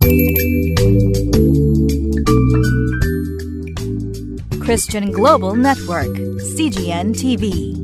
Christian Global Network, CGN TV.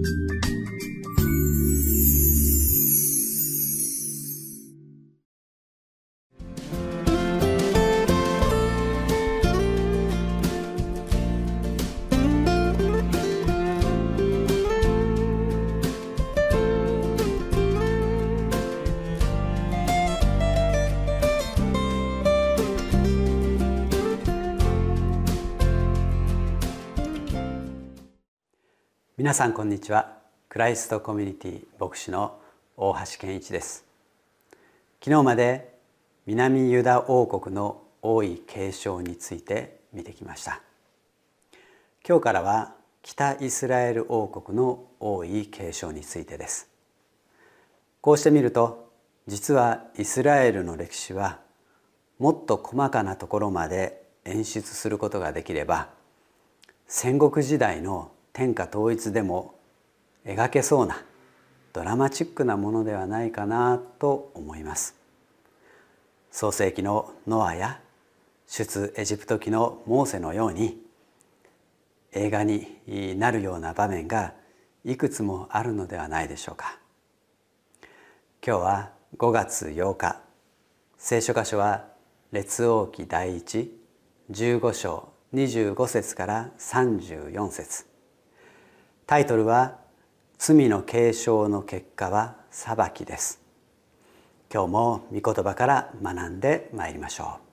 皆さんこんにちは。クライストコミュニティ牧師の大橋健一です。昨日まで南ユダ王国の王位継承について見てきました。今日からは北イスラエル王国の王位継承についてです。こうして見ると、実はイスラエルの歴史はもっと細かなところまで演出することができれば、戦国時代の天下統一でも描けそうなドラマチックなものではないかなと思います。創世記のノアや出エジプト記のモーセのように映画になるような場面がいくつもあるのではないでしょうか。今日は5月8日、聖書箇所は列王記第一15章25節から34節。タイトルは罪の継承の結果は裁きです。今日も御言葉から学んでまいりましょ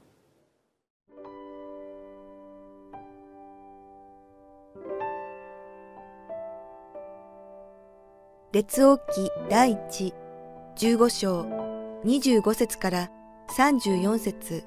う。列王記第一15章25節から34節。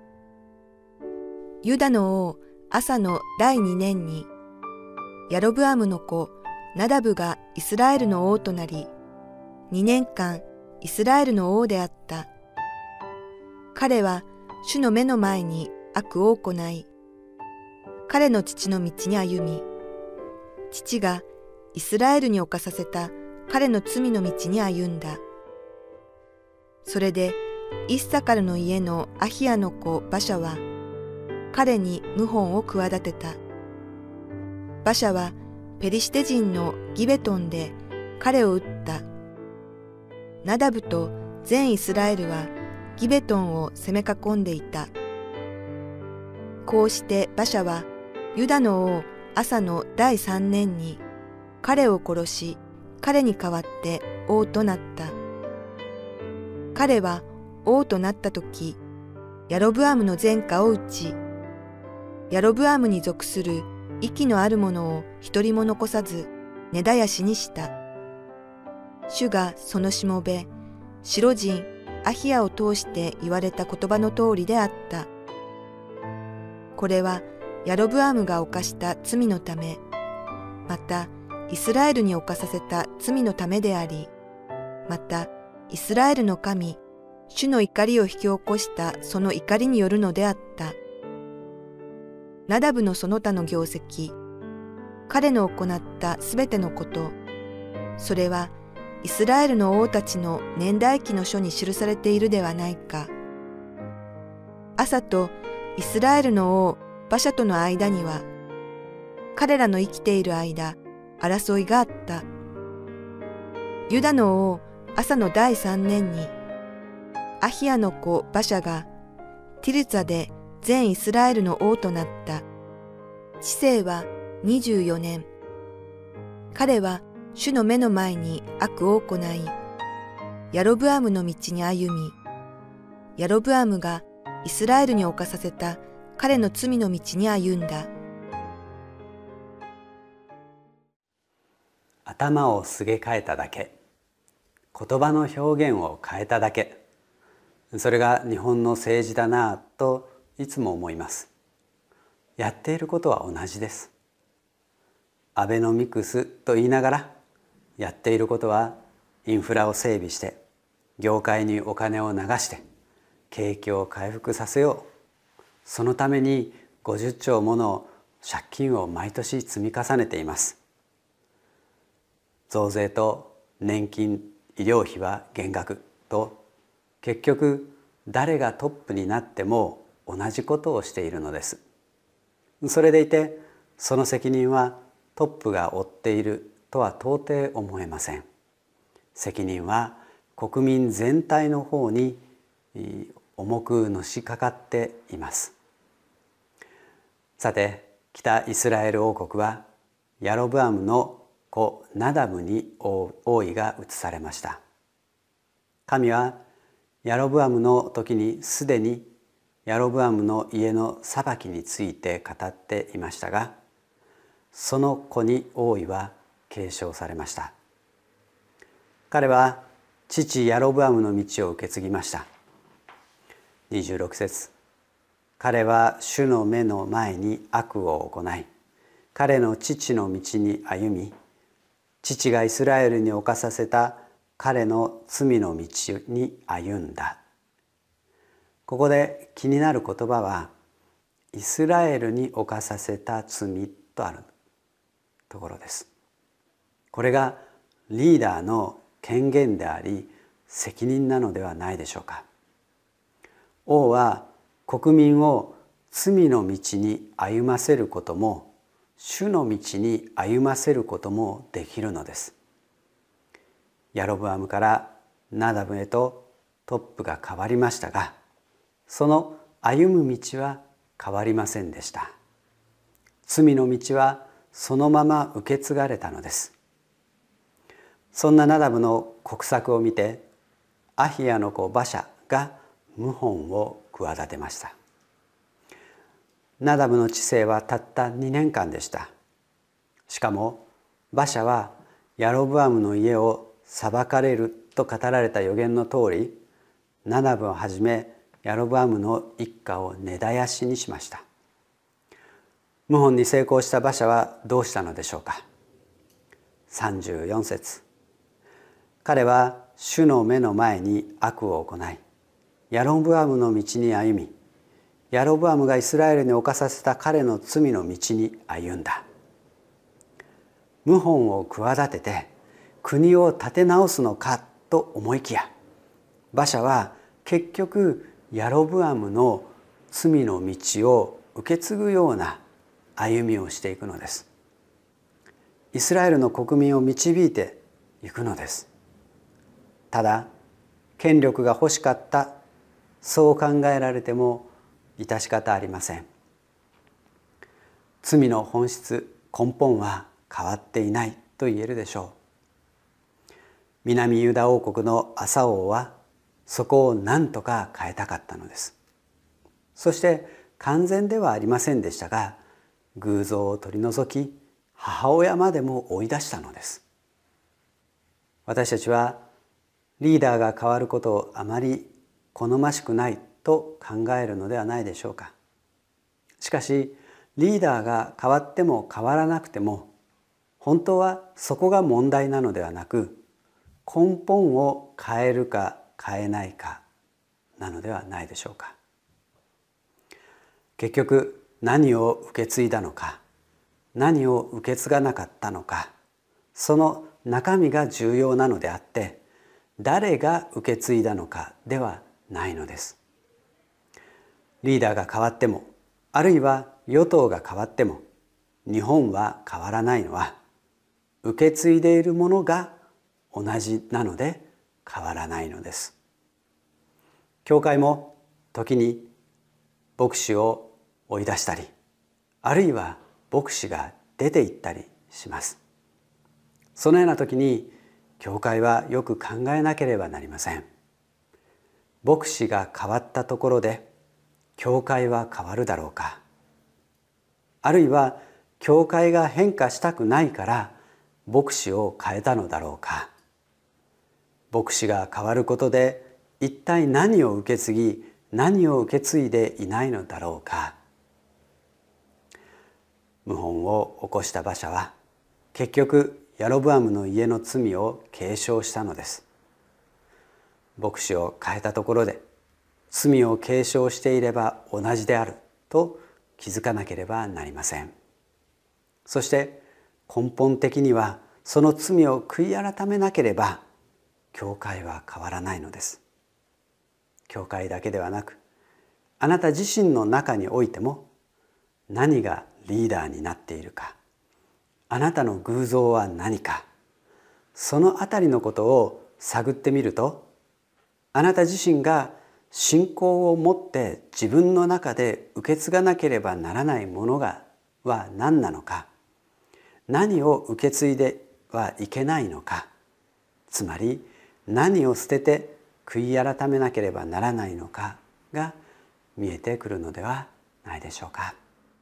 ユダの王アサの第2年に、ヤロブアムの子ナダブがイスラエルの王となり、2年間イスラエルの王であった。彼は主の目の前に悪を行い、彼の父の道に歩み、父がイスラエルに侵させた彼の罪の道に歩んだ。それでイッサカルの家のアヒヤの子バシャは、彼に謀反を企てた。バシャはペリシテ人のギベトンで彼を撃った。ナダブと全イスラエルはギベトンを攻め囲んでいた。こうしてバシャはユダの王アサの第3年に彼を殺し、彼に代わって王となった。彼は王となったとき、ヤロブアムの前科を打ち、ヤロブアムに属する息のあるものを一人も残さず根絶やしにした。主がそのしもべ、シロ人アヒヤを通して言われた言葉の通りであった。これはヤロブアムが犯した罪のため、またイスラエルに犯させた罪のためであり、またイスラエルの神、主の怒りを引き起こしたその怒りによるのであった。ナダブのその他の業績、彼の行ったすべてのこと、それはイスラエルの王たちの年代記の書に記されているではないか。アサとイスラエルの王バシャとの間には、彼らの生きている間、争いがあった。ユダの王アサの第3年に、アヒヤの子バシャがティルツァで全イスラエルの王となった。治世は24年。彼は主の目の前に悪を行い、ヤロブアムの道に歩み、ヤロブアムがイスラエルに侵させた彼の罪の道に歩んだ。 頭をすげ替えただけ、言葉の表現を変えただけ、それが日本の政治だなぁといつも思います。やっていることは同じです。アベノミクスと言いながら、やっていることはインフラを整備して、業界にお金を流して、景気を回復させよう。そのために50兆もの借金を毎年積み重ねています。増税と年金、医療費は減額と、結局誰がトップになっても同じことをしているのです。それでいてその責任はトップが負っているとは到底思えません。責任は国民全体の方に重くのしかかっています。さて、北イスラエル王国はヤロブアムの子ナダブに王位が移されました。神はヤロブアムの時にすでにヤロブアムの家の裁きについて語っていましたが、その子に王位は継承されました。彼は父ヤロブアムの道を受け継ぎました。26節、彼は主の目の前に悪を行い、彼の父の道に歩み、父がイスラエルに犯させた彼の罪の道に歩んだ。ここで気になる言葉は、イスラエルに犯させた罪とあるところです。これがリーダーの権限であり責任なのではないでしょうか。王は国民を罪の道に歩ませることも主の道に歩ませることもできるのです。ヤロブアムからナダブへとトップが変わりましたが、その歩む道は変わりませんでした。罪の道はそのまま受け継がれたのです。そんなナダブの国策を見て、アヒヤの子バシャが謀反を企てました。ナダブの治世はたった2年間でした。しかもバシャはヤロブアムの家を裁かれると語られた予言の通り、ナダブをはじめヤロブアムの一家を根絶やしにしました。謀反に成功したバシャはどうしたのでしょうか。34節、彼は主の目の前に悪を行い、ヤロブアムの道に歩み、ヤロブアムがイスラエルに犯させた彼の罪の道に歩んだ。謀反を企てて国を立て直すのかと思いきや、バシャは結局ヤロブアムの罪の道を受け継ぐような歩みをしていくのです。イスラエルの国民を導いていくのです。ただ権力が欲しかった、そう考えられても致し方ありません。罪の本質、根本は変わっていないと言えるでしょう。南ユダ王国のアサ王はそこを何とか変えたかったのです。そして完全ではありませんでしたが、偶像を取り除き母親までも追い出したのです。私たちはリーダーが変わることをあまり好ましくないと考えるのではないでしょうか。しかしリーダーが変わっても変わらなくても、本当はそこが問題なのではなく、根本を変えるか変えないかなのではないでしょうか。結局何を受け継いだのか、何を受け継がなかったのか、その中身が重要なのであって、誰が受け継いだのかではないのです。リーダーが変わっても、あるいは与党が変わっても、日本は変わらないのは、受け継いでいるものが同じなので変わらないのです。教会も時に牧師を追い出したり、あるいは牧師が出て行ったりします。そのような時に教会はよく考えなければなりません。牧師が変わったところで教会は変わるだろうか。あるいは教会が変化したくないから牧師を変えたのだろうか。牧師が変わることで一体何を受け継ぎ、何を受け継いでいないのだろうか。謀反を起こしたバシャは結局ヤロブアムの家の罪を継承したのです。牧師を変えたところで罪を継承していれば同じであると気づかなければなりません。そして根本的にはその罪を悔い改めなければ教会は変わらないのです。 教会だけではなく、あなた自身の中においても何がリーダーになっているか、あなたの偶像は何か、そのあたりのことを探ってみると、あなた自身が信仰を持って自分の中で受け継がなければならないものは何なのか、何を受け継いではいけないのか、つまり何を捨てて悔い改めなければならないのかが見えてくるのではないでしょうか。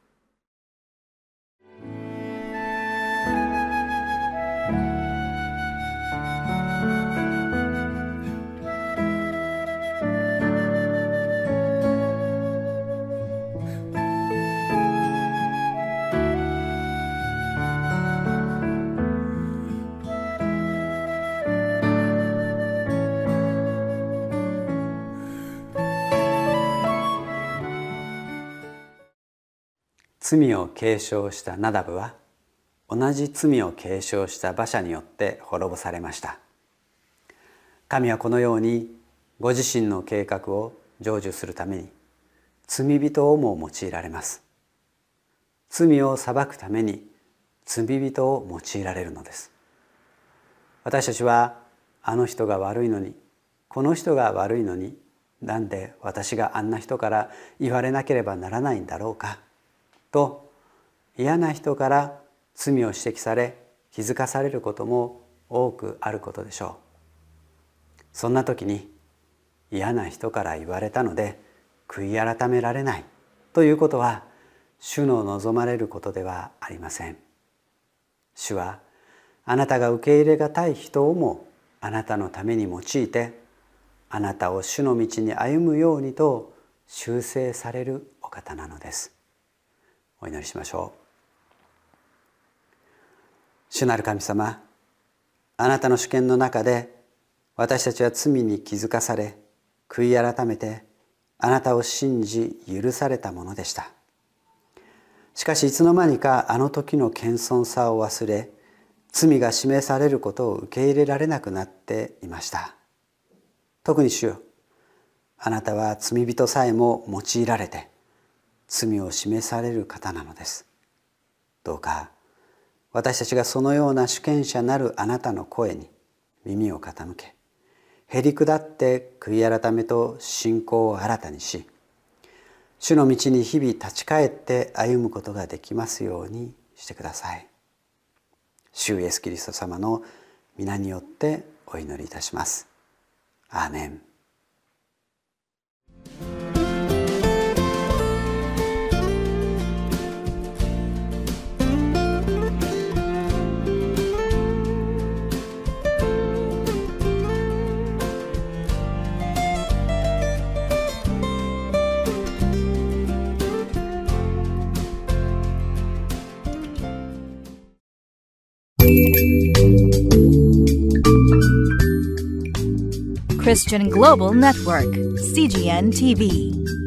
罪を継承したナダブは同じ罪を継承したバシャによって滅ぼされました。神はこのようにご自身の計画を成就するために罪人をも用いられます。罪を裁くために罪人を用いられるのです。私たちはあの人が悪いのに、この人が悪いのに、なんで私があんな人から言われなければならないんだろうかと、嫌な人から罪を指摘され気づかされることも多くあることでしょう。そんな時に、嫌な人から言われたので悔い改められないということは主の望まれることではありません。主はあなたが受け入れがたい人をもあなたのために用いて、あなたを主の道に歩むようにと修正されるお方なのです。お祈りしましょう。主なる神様、あなたの主権の中で私たちは罪に気づかされ、悔い改めてあなたを信じ許されたものでした。しかしいつの間にかあの時の謙遜さを忘れ、罪が示されることを受け入れられなくなっていました。特に主よ、あなたは罪人さえも用いられて罪を示される方なのです。どうか私たちがそのような主権者なるあなたの声に耳を傾け、へり下って悔い改めと信仰を新たにし、主の道に日々立ち返って歩むことができますようにしてください。主イエスキリスト様の皆によってお祈りいたします。アーメン。 Christian Global Network, CGN TV.